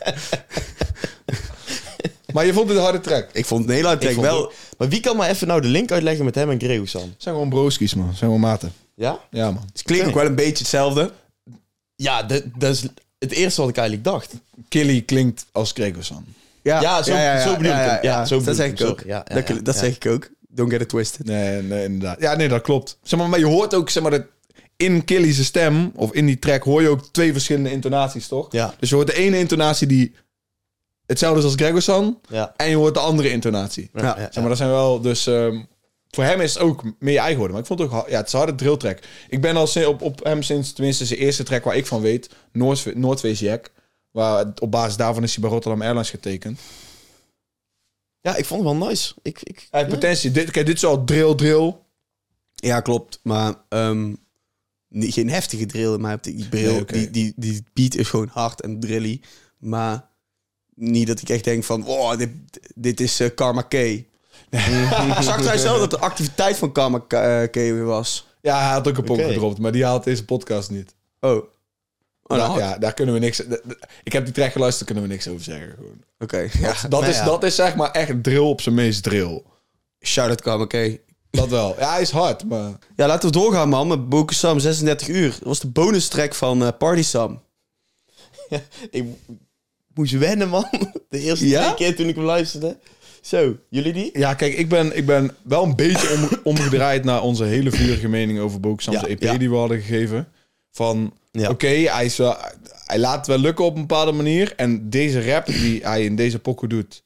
Maar je vond het een harde track. Ik vond het een hele harde Ik track. vond Wel, het- Maar wie kan mij even nou de link uitleggen met hem en Gregusan? Het zijn gewoon broskies, man. Het zijn gewoon maten. Ja? Ja, man. het klinkt ook wel een beetje hetzelfde. Ja, dat, dat is het eerste wat ik eigenlijk dacht. Killy klinkt als Gregor San. Ja, zo- zo bedoel ik hem. Ja, zo dat bedoel zeg ik ik hem. ook. Sorry. Ja, ja, dat ja, dat ja. zeg ik ook. Don't get it twisted. Nee, nee, inderdaad. Ja, nee, dat klopt. Zeg maar, maar je hoort ook, zeg maar, dat in Killy's stem, of in die track, hoor je ook twee verschillende intonaties, toch? Ja. Dus je hoort de ene intonatie die hetzelfde is als Gregor San, Ja. en je hoort de andere intonatie. Ja. ja, Zeg maar, dat zijn wel, dus ehm, voor hem is het ook meer je eigen geworden. Maar ik vond het ook, ha- ja, het is een harde drill track. Ik ben al sin- op, op hem sinds, tenminste zijn eerste track waar ik van weet, Noord, Noordface Jack. Waar op basis daarvan is hij bij Rotterdam Airlines getekend. Ja, ik vond het wel nice. Ik, ik, Hij heeft potentie. Dit, kijk, dit is al drill, drill. Ja, klopt. Maar ehm, niet, geen heftige drill. Maar die, bril, Nee, oké. die, die, die beat is gewoon hard en drilly. Maar niet dat ik echt denk van... Oh, dit, dit is eh, Karma K. Ik zag trouwens wel dat de activiteit van Karma K, eh, K weer was. Ja, hij had ook een pok Oké. gedropt, maar die haalt deze podcast niet. Oh. Oh, Nou, nou, ja, daar kunnen we niks... d- d- Ik heb die track geluisterd, daar kunnen we niks over zeggen. Gewoon. Oké. Ja, Dat, nou is, ja. dat is zeg maar echt drill op zijn meest drill. Shout-out Karma K. Dat wel. Ja, hij is hard, maar... Ja, laten we doorgaan, man. Met Bokusam zesendertig uur. Dat was de bonus track van eh, Party Sam. ik moest wennen, man. De eerste Ja? twee keer toen ik hem luisterde. Zo, jullie die? Ja, kijk, ik ben, ik ben wel een beetje om, omgedraaid naar onze hele vurige mening over Bokusam's Ja, E P ja. die we hadden gegeven. Van, Ja. oké, hij is wel... Hij laat het wel lukken op een bepaalde manier. En deze rap die hij in deze pokoe doet...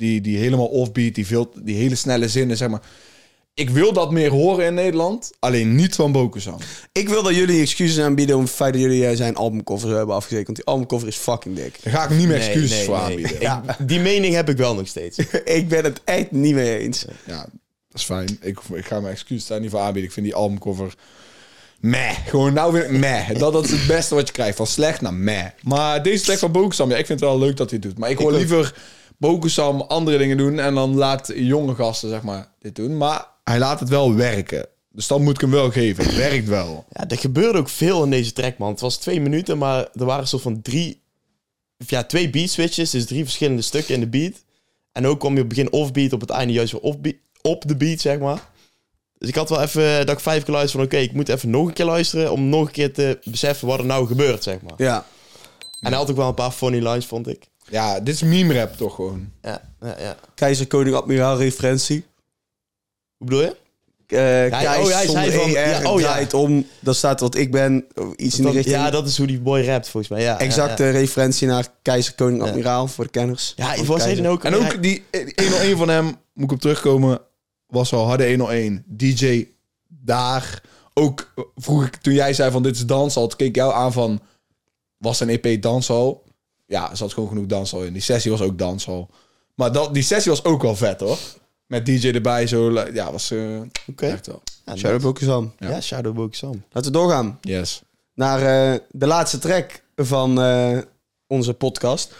Die, die helemaal offbeat, die, veel, die hele snelle zinnen, zeg maar. Ik wil dat meer horen in Nederland. Alleen niet van Bokusam. Ik wil dat jullie excuses aanbieden om het feit dat jullie uh, zijn albumcover zo hebben afgezekerd. Want die albumcover is fucking dik. Daar ga ik niet meer Nee, excuses nee, voor nee. aanbieden. Ja, die mening heb ik wel nog steeds. Ik ben het echt niet mee eens. Ja, dat is fijn. Ik, ik ga mijn excuses daar niet voor aanbieden. Ik vind die albumcover... Meh. Gewoon nou weer meh. Dat, dat is het beste wat je krijgt. Van slecht naar meh. Maar deze track van Bokusam, ja, ik vind het wel leuk dat hij het doet. Maar ik hoor Ik liever Bokusam andere dingen doen. En dan laat jonge gasten, zeg maar, dit doen. Maar hij laat het wel werken. Dus dat moet ik hem wel geven. Het werkt wel. Ja, er gebeurde ook veel in deze track, man. Het was twee minuten, maar er waren zo van drie... Of ja, twee beat switches. Dus drie verschillende stukken in de beat. En ook kwam je op het begin offbeat, op het einde juist weer offbeat, op de beat, zeg maar. Dus ik had wel even, dat ik vijf keer luisterde van... Oké, okay, ik moet even nog een keer luisteren... om nog een keer te beseffen wat er nou gebeurt, zeg maar. Ja. En hij had ook wel een paar funny lines, vond ik. Ja, dit is meme rap toch gewoon. Ja, ja, ja. Keizer, koning, admiraal referentie. Hoe bedoel je? Uh, Keis oh, hij zonder zei van- E R, ja, oh, ja. draait om. Dat staat wat ik ben. Of iets in die Dat- richting. ja, dat is hoe die boy rapt, volgens mij. Ja, Exacte ja, ja. referentie naar Keizer, koning, Ja. admiraal. Voor de kenners. Ja, Van ik was Keizer. hij dan ook... En ook die honderdéén van hem, moet ik op terugkomen... was wel harde honderdéén. D J daar. Ook vroeg ik, toen jij zei van dit is dancehall... toen keek ik jou aan van... was een E P dancehall? Ja, er zat gewoon genoeg dancehall in. Die sessie was ook dancehall. Maar dat, die sessie was ook wel vet, hoor. Met D J erbij, zo... Ja, was uh, Oké. echt wel. Ja, Shout out Bokusam. Ja, ja Shadow Bokusam. Laten we doorgaan Yes. naar uh, de laatste track van uh, onze podcast.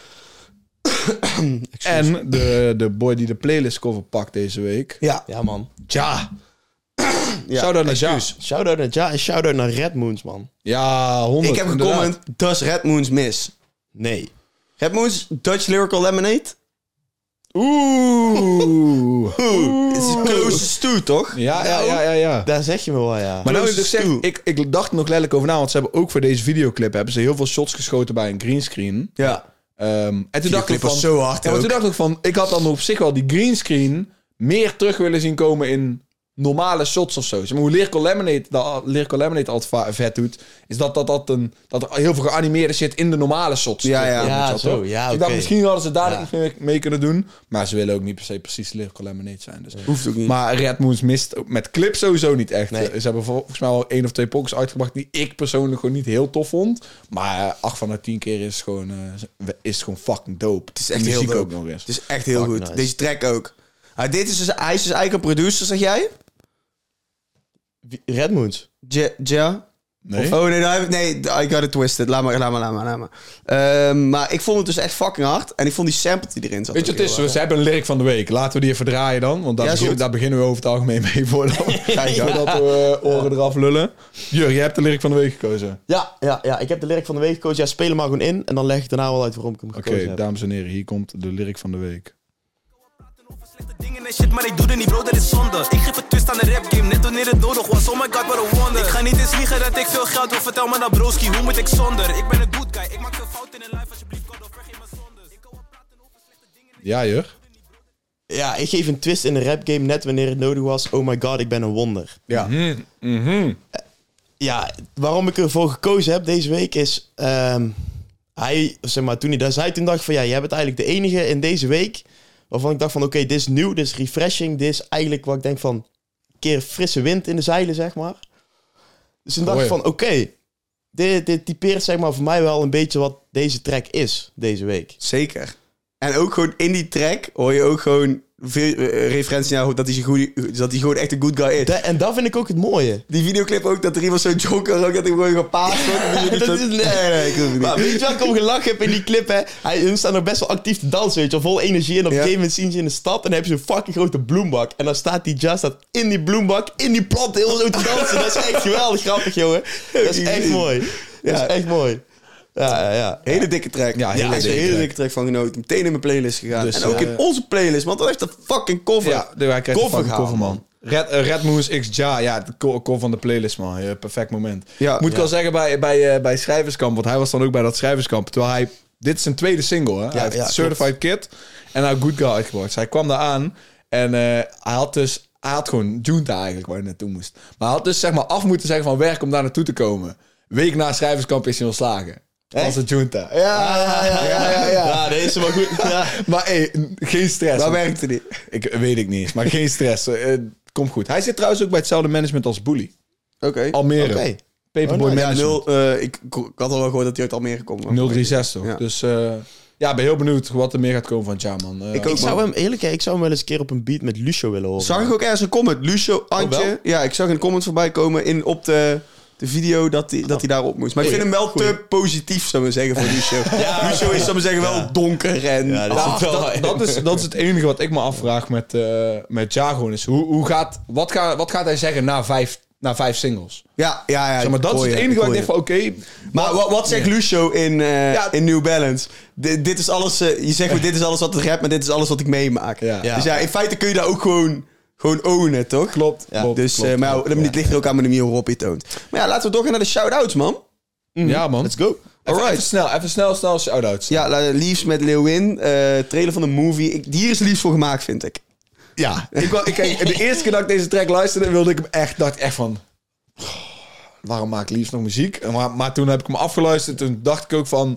En de, de boy die de playlist cover pakt deze week. Ja. Ja, man. Ja. Ja. Shout-out naar Ja. Shout-out naar Ja en shout-out naar Red Moons, man. Ja, honderd. Ik heb inderdaad. gecomment, does Red Moons miss? Nee. Red Moons, Dutch Lyrical Lemonade? Oeh. Het is closest to, toch? Ja, ja, ja, ja, ja. Daar zeg je me wel, ja. Maar nou ik Closest dus zeg, to. ik, ik dacht er nog letterlijk over na, want ze hebben ook voor deze videoclip hebben ze heel veel shots geschoten bij een greenscreen. Ja. Um, en toen dacht ik clip van, was zo hard ja, maar ook. toen dacht ik van, ik had dan op zich wel die greenscreen meer terug willen zien komen in normale shots of zo. Zeg maar, hoe Lyrical Lemonade, dat Lyrical Lemonade altijd va- vet doet, is dat, dat, dat, een, dat er heel veel geanimeerde shit in de normale shots Ja, ja. terugkomt, Ja, weet je wel, zo, toch? ja, Dus ik oké. dacht, misschien hadden ze daar Ja. iets mee, mee kunnen doen, maar ze willen ook niet per se precies Lyrical Lemonade zijn. Dus. Hoeft ook niet. Maar Red Moons mist met clips sowieso niet echt. Nee. Ze hebben volgens mij wel één of twee pokkers uitgebracht die ik persoonlijk gewoon niet heel tof vond. Maar uh, acht van de tien keer is gewoon, uh, is gewoon fucking dope. Het is echt heel dope. ook nog eens. Het is echt heel Fuck goed. nice. Deze track ook. Ah, dit is dus, hij is dus eigenlijk een producer, zeg jij? Wie- Red Moons. Ja. Ja? Nee? Oh nee, nou, heb ik- nee, I got it twisted. Laat maar, laat maar, laat maar, laat maar. Ehm, maar ik vond het dus echt fucking hard. En ik vond die sample die erin zat. Weet je, ook het is heel zo, ze hebben een lyric van de week. Laten we die even draaien dan. Want daar, Ja, is begin- goed. daar beginnen we over het algemeen mee voordat, Kijk, ja. voordat we uh, oren eraf lullen. Jur, jij hebt de lyric van de week gekozen. Ja, ja, ja, ik heb de lyric van de week gekozen. Ja, speel hem maar gewoon in. En dan leg ik daarna wel uit waarom ik hem Oké, gekozen heb. dames en heren, hier komt de lyric van de week. Slechte dingen en shit, maar ik doe er niet, bro, dat is zonde. Ik geef een twist aan de rap game, net wanneer het nodig was. Oh my god, what a wonder. Ik ga niet eens liegen dat ik veel geld wil, vertel me naar broski, hoe moet ik zonder? Ik ben een good guy, ik maak veel fouten in life, alsjeblieft, God, of vergeet me zondes. Ik hou praten over slechte dingen. Ja, Jur? Ja, ik geef een twist in de rap game net wanneer het nodig was. Oh my god, ik ben een wonder. Ja. Mhm. Ja, waarom ik ervoor gekozen heb deze week is... ehm, hij, zeg maar, toen hij daar zei, toen dacht ik van... Ja, jij bent eigenlijk de enige in deze week... waarvan ik dacht van... Oké, dit is nieuw, dit is refreshing. Dit is eigenlijk wat ik denk van... een keer frisse wind in de zeilen, zeg maar. Dus toen dacht Oh, ik ja. van... Oké, dit, dit typeert zeg maar voor mij wel een beetje wat deze track is deze week. Zeker. En ook gewoon in die track hoor je ook gewoon veel eh, referentie naar dat hij, zo goed, dat hij gewoon echt een good guy is. Da- en dat vind ik ook het mooie. Die videoclip ook, dat er iemand zo'n joker ook, dat hij gewoon gepaast wordt. Dat is, nee, nee, ik hoef het niet. Maar weet je wat ik om gelachen heb in die clip, hè? Hij, hun staan nog best wel actief te dansen, weet je wel. Vol energie. En op een Ja. gegeven moment zien ze in de stad... en dan hebben ze een fucking grote bloembak. En dan staat die Just staat in die bloembak, in die plant, heel zo te dansen. Dat is echt geweldig grappig, jongen. Dat is echt mooi. Dat Ja. is echt mooi. Ja, ja, ja. Hele dikke track. Ja, hele er is een dikke hele track. dikke track van genoten. Meteen in mijn playlist gegaan. Dus, en ook eh, in onze playlist, want dat is de fucking cover. Ja, de, hij krijgt Cover een fucking gehaald, cover, man. Red, uh, Red Moons X Ja, ja, de co- cover van de playlist, man. Ja, perfect moment. Ja. Moet ik Ja. wel zeggen, bij, bij, uh, bij Schrijverskamp, want hij was dan ook bij dat Schrijverskamp. Terwijl hij, dit is zijn tweede single, hè. Hij heeft ja, Certified Kid en nou Good Guy uitgebracht. Dus hij kwam daar aan en uh, hij had dus, hij had gewoon Junta eigenlijk waar hij naartoe moest. Maar hij had dus zeg maar af moeten zeggen van werk om daar naartoe te komen. Week na Schrijverskamp is hij ontslagen. Als een junta. Ja, ja, ja, ja, ja, ja. Ja, deze is wel goed. Ja. Maar hey, geen stress. Waar man. werkte die? Ik weet ik niet eens, maar geen stress. Uh, komt goed. Hij zit trouwens ook bij hetzelfde management als Bully. Oké. Okay. Almere. Okay. Paperboy Oh, nou, Ja, Management. nul, uh, ik, ik had al wel gehoord dat hij uit Almere komt. nul drie zes toch? Ja. Dus uh, ja, ben heel benieuwd wat er meer gaat komen van het jaar, man. Uh, Ik ook, Ik zou hem eerlijk, ik zou hem wel eens een keer op een beat met Lucio willen horen. Zag ik ook ergens een comment. Lucio, Antje. wel? Ja, ik zag een comment voorbij komen in, op de, de video dat hij, dat hij daarop moest. Maar ik vind hem wel te positief, zou ik maar zeggen, voor Lucio. Ja, Lucio is, zou ik maar zeggen, wel Ja. donker en... Ja, dat is Ah, het wel. dat, dat, is, dat is het enige wat ik me afvraag met, uh, met Ja gewoon is. Hoe, hoe gaat, wat, gaat, wat gaat hij zeggen na vijf, na vijf singles? Ja, ja, ja. Zeg maar, dat is hoor het je, enige waar ik hoor denk van, oké... je. Maar wat, wat zegt Lucio in, uh, Ja. in New Balance? D- dit is alles... Uh, je zegt maar, dit is alles wat het rap, maar dit is alles wat ik meemaak. Ja. Ja. Dus ja, in feite kun je daar ook gewoon, gewoon ownen, toch? Klopt, Ja. klopt, Dus, klopt, uh, maar klopt, ja, ja. het ligt er ook aan de manier waarop je toont. Maar ja, laten we doorgaan naar de shout-outs, man. Ja, man. Let's go. Even, Alright. even snel, even snel, snel shout-outs. Ja, la- Leaves met Leeuwin. Uh, trailer van de movie. Ik, hier is Leaves voor gemaakt, vind ik. Ja. Ik, wou- ik, kijk, de eerste keer dat ik deze track luisterde, wilde ik hem echt, dacht ik echt van... oh, waarom maakt Leaves nog muziek? Maar, maar toen heb ik hem afgeluisterd, toen dacht ik ook van...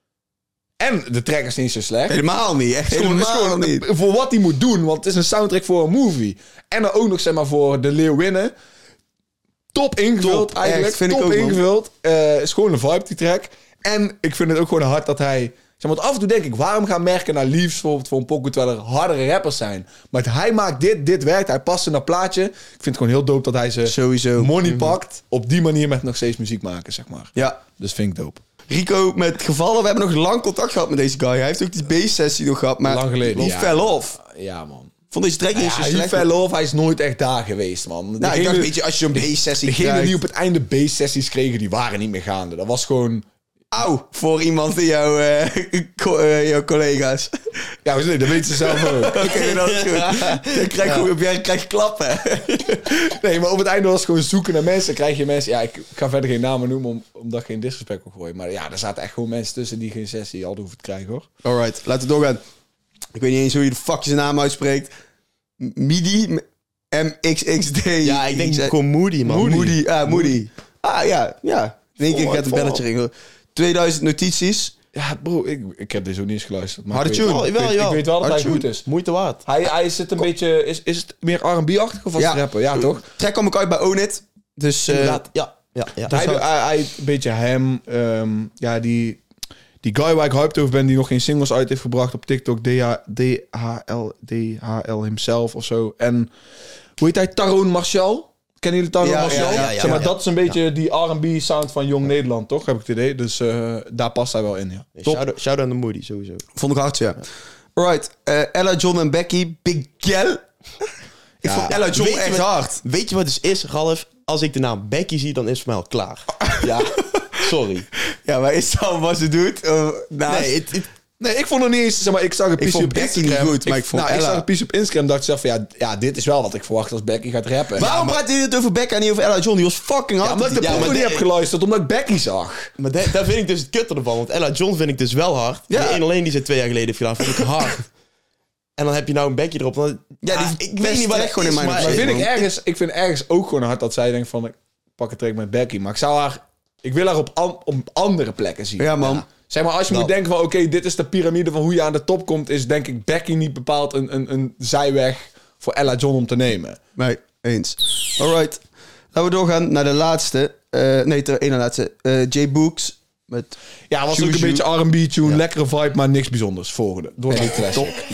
En de track is niet zo slecht. Helemaal niet. Echt Het is gewoon- het is helemaal gewoon niet. voor wat hij moet doen, want het is een soundtrack voor een movie. En dan ook nog, zeg maar, voor de Leeuwinnen. Top ingevuld Top, eigenlijk. echt, vind ik Top ook, man. ingevuld. Eh, is gewoon een vibe, die track. En ik vind het ook gewoon hard dat hij... Zeg maar, want af en toe denk ik, waarom gaan merken naar Leaves bijvoorbeeld voor een pokoe, terwijl er hardere rappers zijn. Maar hij maakt dit, dit werkt, hij past in dat plaatje. Ik vind het gewoon heel dope dat hij ze Sowieso. money pakt. Op die manier met nog steeds muziek maken, zeg maar. Ja. Dus vind ik dope. Rico met gevallen. We hebben nog lang contact gehad met deze guy. Hij heeft ook die bass-sessie nog gehad. Maar Lang geleden, die ja. fell off. Ja, man. Vond deze track niet Ja, zo hij slecht. fell off, hij is nooit echt daar geweest, man. Nou, ik Degene- dacht, weet je, als je zo'n bass-sessie Degenen krijgt... die op het einde bass-sessies kregen, die waren niet meer gaande. Dat was gewoon... Auw, voor iemand in jouw, eh, co- eh, jouw collega's. Ja, dat weten ze zelf ook. Oké, dat is goed. Dan krijg je, op jij krijg je klappen. Nee, maar op het einde was het gewoon zoeken naar mensen. Krijg je mensen... Ja, ik ga verder geen namen noemen, om, omdat ik geen disrespect wil gooien. Maar ja, er zaten echt gewoon mensen tussen die geen sessie hadden hoeven te krijgen, hoor. Alright, laten we doorgaan. Ik weet niet eens hoe je de fuck je zijn naam uitspreekt. M- Midi? M X X D. Ja, ik denk gewoon Moody, man. Moody. Moody. Ah, Moody. Ah, ja. Ja. In één keer Volg, gaat een volg. belletje ringen. tweeduizend notities. Ja, bro, ik, ik heb deze ook niet eens geluisterd. Maar Harde ik weet- tune. Ik, Jawel, weet, ik jawel. weet wel dat hij Harde goed tune. is. Moeite waard. Hij, hij zit een beetje... Is, is het meer R en B-achtig of was het rapper? Ja, toch? Track kwam ik uit bij Own It. Dus eh, Inderdaad, ja. ja, ja. hij, hij, hij, een beetje hem, ehm, ja, die, die guy waar ik hyped over ben, die nog geen singles uit heeft gebracht op TikTok, D H L D H L himself of zo. En hoe heet hij? Taroon Martial? Kennen jullie Taroon Ja, Martial? ja, ja, ja, zeg maar, ja. dat is een beetje die R en B sound van Jong Nederland, toch? Heb ik het idee. Dus eh, daar past hij wel in, ja. Nee, Top. Shout-out shout-out naar Moody, sowieso. vond ik hard, ja. Alright. eh, Ella, John en Becky. Big Gel. Ik Ja, vond Ella John weet je echt wat- hard. Weet je wat het is, Ralf? Als ik de naam Becky zie, dan is het voor mij al klaar. Ja, sorry. Ja, maar is dat wat ze doet? Uh, naast... Nee, het, het- Nee, ik vond het niet eens, zeg maar, ik zag een piece vond op Becky Instagram. niet goed, maar ik vond nou, ik Ella- zag een piece op Instagram en dacht zelf van, ja, ja, dit is wel wat ik verwacht als Becky gaat rappen. Waarom ja, maar, praat je het over Becca en niet over Ella John? Die was fucking hard. ja, omdat ik de Ja, pokoe maar niet de- heb geluisterd, omdat ik Becky zag. maar da- daar vind ik dus het kutte ervan. Want Ella John vind ik dus wel hard. Ja. Die één alleen die ze twee jaar geleden heeft gedaan, vind ik hard. En dan heb je nou een Becky erop. Dan, Ja, die Ah, ik weet niet wat echt gewoon in mijn maar- Maar opzicht, vind ik, man. ergens, ik vind ergens ook gewoon hard dat zij denkt van, ik pak een track met Becky. Maar ik zou haar, ik wil haar op, an- op andere plekken zien. Ja, man. Zeg maar, als je Dat. moet denken van, oké, dit is de piramide van hoe je aan de top komt, is denk ik Becky niet bepaald een, een, een zijweg voor Ella John om te nemen. Nee, eens. Alright. Laten we doorgaan naar de laatste. Eh, nee, ter ene laatste. Eh J Books. Met Ja, was Shoo ook een Shoo. beetje R en B tune, lekkere vibe, maar niks bijzonders. Volgende. Door naar de classic.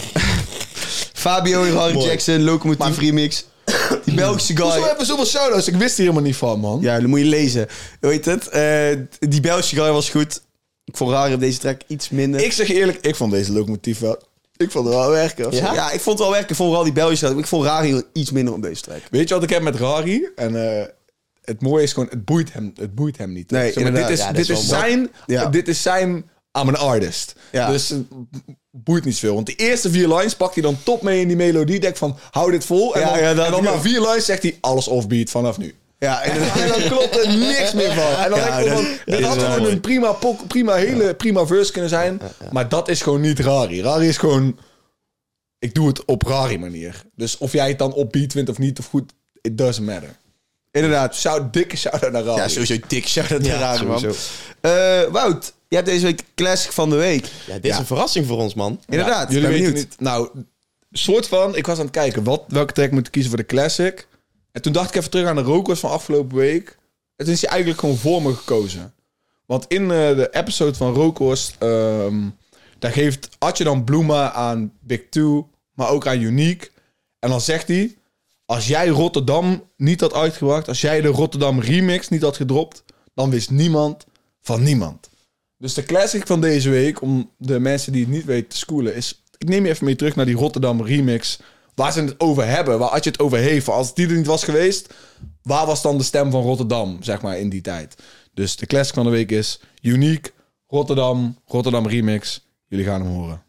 Fabio en Harry Mooi. Jackson. Locomotief remix. Die Belgische guy. Hoezo hebben we zoveel shout-outs? Ik wist hier helemaal niet van, man. Ja, dat moet je lezen. Hoe heet het? Eh, die Belgische guy was goed. Ik vond Rari op deze track iets minder. Ik zeg je eerlijk, ik vond deze locomotief wel... Ik vond het wel werken. of zo. ja? ja, ik vond het wel werken. Ik vond vooral die Belgische guy. Ik vond Rari iets minder op deze track. Weet je wat ik heb met Rari? En eh, het mooie is gewoon, het boeit hem, het boeit hem niet. Nee, Zeg maar, inderdaad. dit is, Ja, dat dit is is wel mooi. zijn, Ja. dit is zijn, I'm an artist. Ja. Dus het boeit niet veel. Want de eerste vier lines pakt hij dan top mee in die melodie. Denk van, hou dit vol. En Ja, dan, ja, dat- en dan na vier lines zegt hij, alles offbeat vanaf nu. Ja, inderdaad. En dan klopt er niks meer van. En dan Ja, denk ik dat- van, dat dit is had wel gewoon mooi. een prima, pok, prima, hele prima verse kunnen zijn. Maar dat is gewoon niet Rari. Rari is gewoon, ik doe het op Rari manier. Dus of jij het dan op beat vindt of niet of goed, it doesn't matter. Inderdaad. Shout, dikke shout-out naar Rari. Ja, sowieso dik shout-out Ja, naar Rari, man. sowieso. Eh, Wout, Je hebt deze week de classic van de week. Ja, dit is Ja. een verrassing voor ons, man. Inderdaad, Ja, jullie ben weten benieuwd. niet. Nou, soort van, ik was aan het kijken wat, welke track moet ik kiezen voor de classic. En toen dacht ik even terug aan de Rokers van afgelopen week. En toen is hij eigenlijk gewoon voor me gekozen. Want in uh, de episode van Rokers, um, daar geeft Atje dan Bloema aan Big Two, maar ook aan Unique. En dan zegt hij, als jij Rotterdam niet had uitgebracht, als jij de Rotterdam remix niet had gedropt, dan wist niemand van niemand. Dus de classic van deze week, om de mensen die het niet weten te schoolen, is... Ik neem je even mee terug naar die Rotterdam remix, waar ze het over hebben, waar Atje het over heeft. Als die er niet was geweest, waar was dan de stem van Rotterdam, zeg maar, in die tijd? Dus de classic van de week is Unique, Rotterdam, Rotterdam remix. Jullie gaan hem horen.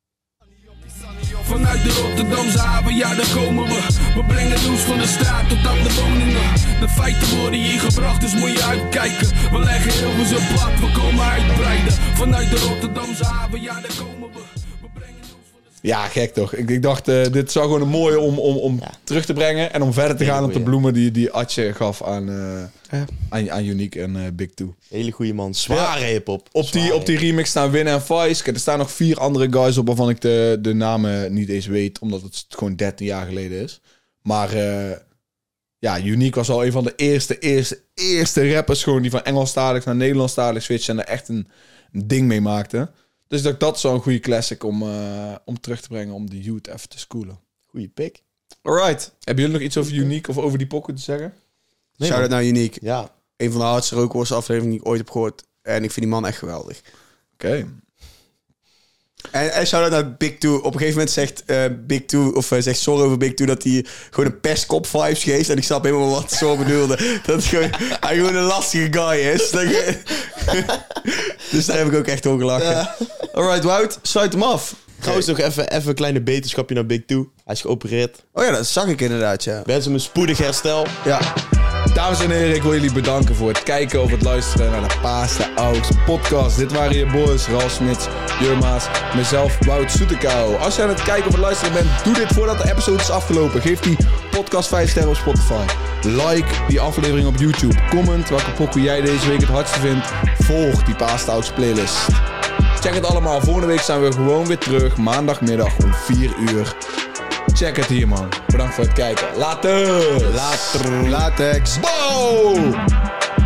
Vanuit de Rotterdamse haven, ja daar komen we. We brengen nieuws van de straat tot aan de woningen. De feiten worden hier gebracht, dus moet je uitkijken. We leggen heel veel plat, we komen uitbreiden. Vanuit de Rotterdamse haven, ja daar komen we. We brengen nieuws van de straat. Ja, gek toch? Ik, ik dacht, uh, dit zou gewoon een mooie om, om, om Ja. terug te brengen en om verder te Hele gaan op de goeie. bloemen die, die Atje gaf aan, uh, Ja. aan, aan Unique en uh, Big Two. Hele goede man. Zware hip-hop. Op die, Zware op die remix staan Win en Vice. Kijk, er staan nog vier andere guys op waarvan ik de, de namen niet eens weet, omdat het gewoon dertien jaar geleden is. Maar uh, ja, Unique was al een van de eerste, eerste, eerste rappers gewoon die van Engelstalig naar Nederlandstalig switchen en er echt een, een ding mee maakten. Dus dat, dat is wel een goede classic om, uh, om terug te brengen, om de youth even te schoolen. Goeie pick. Alright. Hebben jullie nog iets over Unique of over die pokken te zeggen? Nee, Shout-out man. naar Unique. Ja. Een van de hardste Rokers afleveringen die ik ooit heb gehoord. En ik vind die man echt geweldig. Oké. Okay. En, en shout-out naar Big Two. Op een gegeven moment zegt uh, Big Two, of uh, zegt Zorro over Big Two, dat hij gewoon een pestkop vibes geeft. En ik snap helemaal wat Zorro bedoelde. Dat gewoon, hij gewoon een lastige guy is. Dat je- dus daar heb ik ook echt om gelachen. Ja. Alright, Wout, sluit hem af. Trouwens nog even, even een kleine beterschapje naar Big Two. Hij is geopereerd. Oh ja, dat zag ik inderdaad, ja. Wens hem een spoedig herstel. Ja. Dames en heren, ik wil jullie bedanken voor het kijken of het luisteren naar de Paas de Aux podcast. Dit waren je boys, Ralf Smits, Jurma's, mezelf, Wout Soetekau. Als je aan het kijken of het luisteren bent, doe dit voordat de episode is afgelopen. Geef die podcast vijf sterren op Spotify. Like die aflevering op YouTube. Comment welke pokoe jij deze week het hardste vindt. Volg die Paas de Aux playlist. Check het allemaal. Volgende week zijn we gewoon weer terug. Maandagmiddag om vier uur. Check het hier, man. Bedankt voor het kijken. Later. Later. Latex. Boom!